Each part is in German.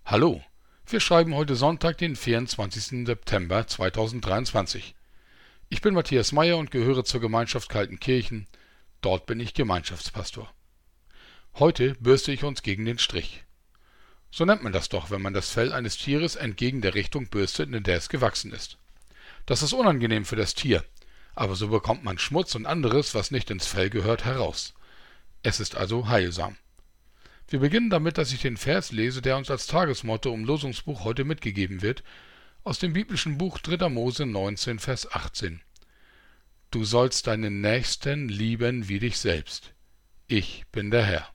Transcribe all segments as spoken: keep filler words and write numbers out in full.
Hallo, wir schreiben heute Sonntag, den vierundzwanzigsten September zweitausenddreiundzwanzig. Ich bin Matthias Meyer und gehöre zur Gemeinschaft Kaltenkirchen. Dort bin ich Gemeinschaftspastor. Heute bürste ich uns gegen den Strich. So nennt man das doch, wenn man das Fell eines Tieres entgegen der Richtung bürstet, in der es gewachsen ist. Das ist unangenehm für das Tier, aber so bekommt man Schmutz und anderes, was nicht ins Fell gehört, heraus. Es ist also heilsam. Wir beginnen damit, dass ich den Vers lese, der uns als Tagesmotto im Losungsbuch heute mitgegeben wird, aus dem biblischen Buch dritter Mose neunzehn, Vers achtzehn. Du sollst deinen Nächsten lieben wie dich selbst. Ich bin der Herr.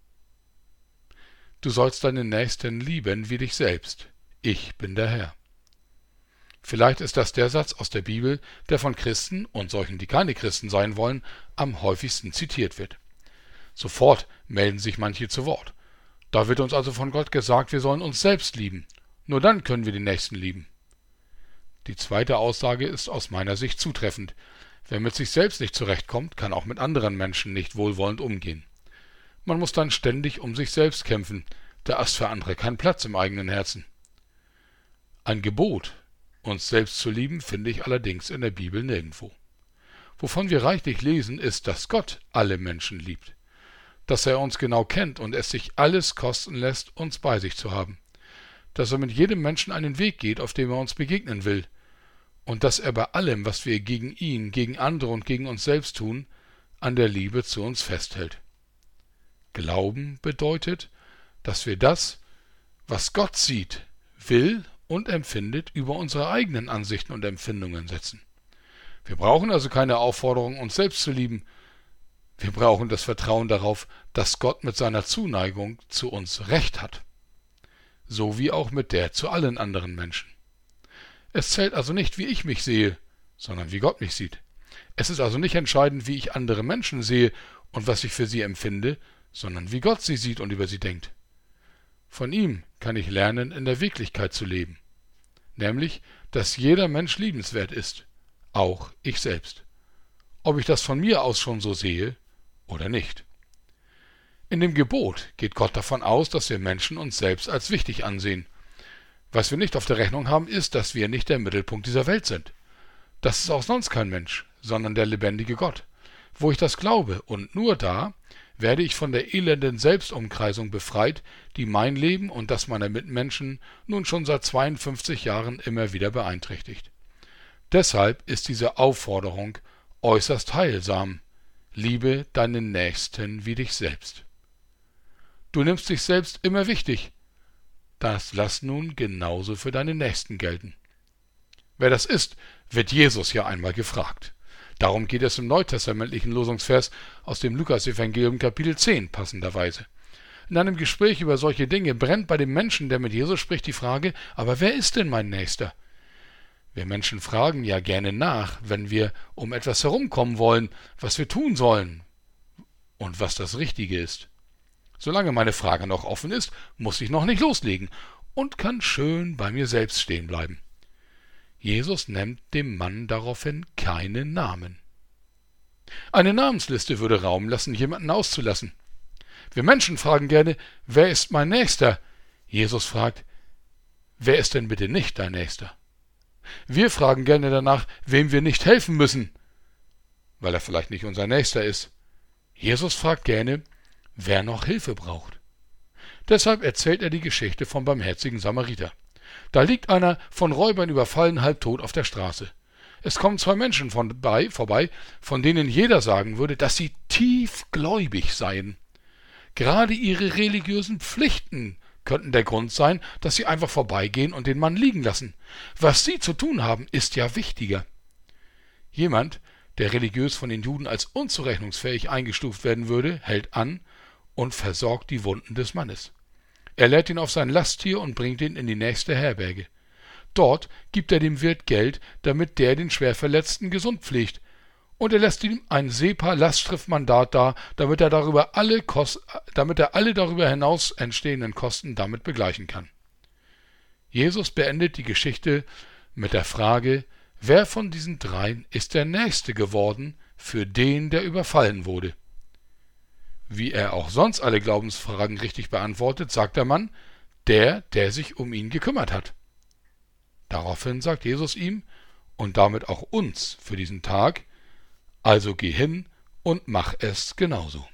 Du sollst deinen Nächsten lieben wie dich selbst. Ich bin der Herr. Vielleicht ist das der Satz aus der Bibel, der von Christen und solchen, die keine Christen sein wollen, am häufigsten zitiert wird. Sofort melden sich manche zu Wort. Da wird uns also von Gott gesagt, wir sollen uns selbst lieben. Nur dann können wir den Nächsten lieben. Die zweite Aussage ist aus meiner Sicht zutreffend. Wer mit sich selbst nicht zurechtkommt, kann auch mit anderen Menschen nicht wohlwollend umgehen. Man muss dann ständig um sich selbst kämpfen, da ist für andere kein Platz im eigenen Herzen. Ein Gebot, uns selbst zu lieben, finde ich allerdings in der Bibel nirgendwo. Wovon wir reichlich lesen, ist, dass Gott alle Menschen liebt. Dass er uns genau kennt und es sich alles kosten lässt, uns bei sich zu haben. Dass er mit jedem Menschen einen Weg geht, auf dem er uns begegnen will. Und dass er bei allem, was wir gegen ihn, gegen andere und gegen uns selbst tun, an der Liebe zu uns festhält. Glauben bedeutet, dass wir das, was Gott sieht, will und empfindet, über unsere eigenen Ansichten und Empfindungen setzen. Wir brauchen also keine Aufforderung, uns selbst zu lieben. Wir brauchen das Vertrauen darauf, dass Gott mit seiner Zuneigung zu uns Recht hat. So wie auch mit der zu allen anderen Menschen. Es zählt also nicht, wie ich mich sehe, sondern wie Gott mich sieht. Es ist also nicht entscheidend, wie ich andere Menschen sehe und was ich für sie empfinde, sondern wie Gott sie sieht und über sie denkt. Von ihm kann ich lernen, in der Wirklichkeit zu leben. Nämlich, dass jeder Mensch liebenswert ist, auch ich selbst. Ob ich das von mir aus schon so sehe oder nicht. In dem Gebot geht Gott davon aus, dass wir Menschen uns selbst als wichtig ansehen. Was wir nicht auf der Rechnung haben, ist, dass wir nicht der Mittelpunkt dieser Welt sind. Das ist auch sonst kein Mensch, sondern der lebendige Gott. Wo ich das glaube und nur da, werde ich von der elenden Selbstumkreisung befreit, die mein Leben und das meiner Mitmenschen nun schon seit zweiundfünfzig Jahren immer wieder beeinträchtigt. Deshalb ist diese Aufforderung äußerst heilsam. Liebe deinen Nächsten wie dich selbst. Du nimmst dich selbst immer wichtig. Das lass nun genauso für deinen Nächsten gelten. Wer das ist, wird Jesus ja einmal gefragt. Darum geht es im neutestamentlichen Losungsvers aus dem Lukasevangelium Kapitel zehn passenderweise. In einem Gespräch über solche Dinge brennt bei dem Menschen, der mit Jesus spricht, die Frage, aber wer ist denn mein Nächster? Wir Menschen fragen ja gerne nach, wenn wir um etwas herumkommen wollen, was wir tun sollen und was das Richtige ist. Solange meine Frage noch offen ist, muss ich noch nicht loslegen und kann schön bei mir selbst stehen bleiben. Jesus nennt dem Mann daraufhin keinen Namen. Eine Namensliste würde Raum lassen, jemanden auszulassen. Wir Menschen fragen gerne, wer ist mein Nächster? Jesus fragt, wer ist denn bitte nicht dein Nächster? Wir fragen gerne danach, wem wir nicht helfen müssen, weil er vielleicht nicht unser Nächster ist. Jesus fragt gerne, wer noch Hilfe braucht. Deshalb erzählt er die Geschichte vom barmherzigen Samariter. Da liegt einer, von Räubern überfallen, halbtot auf der Straße. Es kommen zwei Menschen vorbei, vorbei, von denen jeder sagen würde, dass sie tiefgläubig seien. Gerade ihre religiösen Pflichten könnten der Grund sein, dass sie einfach vorbeigehen und den Mann liegen lassen. Was sie zu tun haben, ist ja wichtiger. Jemand, der religiös von den Juden als unzurechnungsfähig eingestuft werden würde, hält an und versorgt die Wunden des Mannes. Er lädt ihn auf sein Lasttier und bringt ihn in die nächste Herberge. Dort gibt er dem Wirt Geld, damit der den Schwerverletzten gesund pflegt. Und er lässt ihm ein SEPA-Lastschriftmandat da, damit er, darüber alle Kost, damit er alle darüber hinaus entstehenden Kosten damit begleichen kann. Jesus beendet die Geschichte mit der Frage, wer von diesen dreien ist der Nächste geworden für den, der überfallen wurde? Wie er auch sonst alle Glaubensfragen richtig beantwortet, sagt der Mann, Der, der sich um ihn gekümmert hat. Daraufhin sagt Jesus ihm und damit auch uns für diesen Tag: Also geh hin und mach es genauso.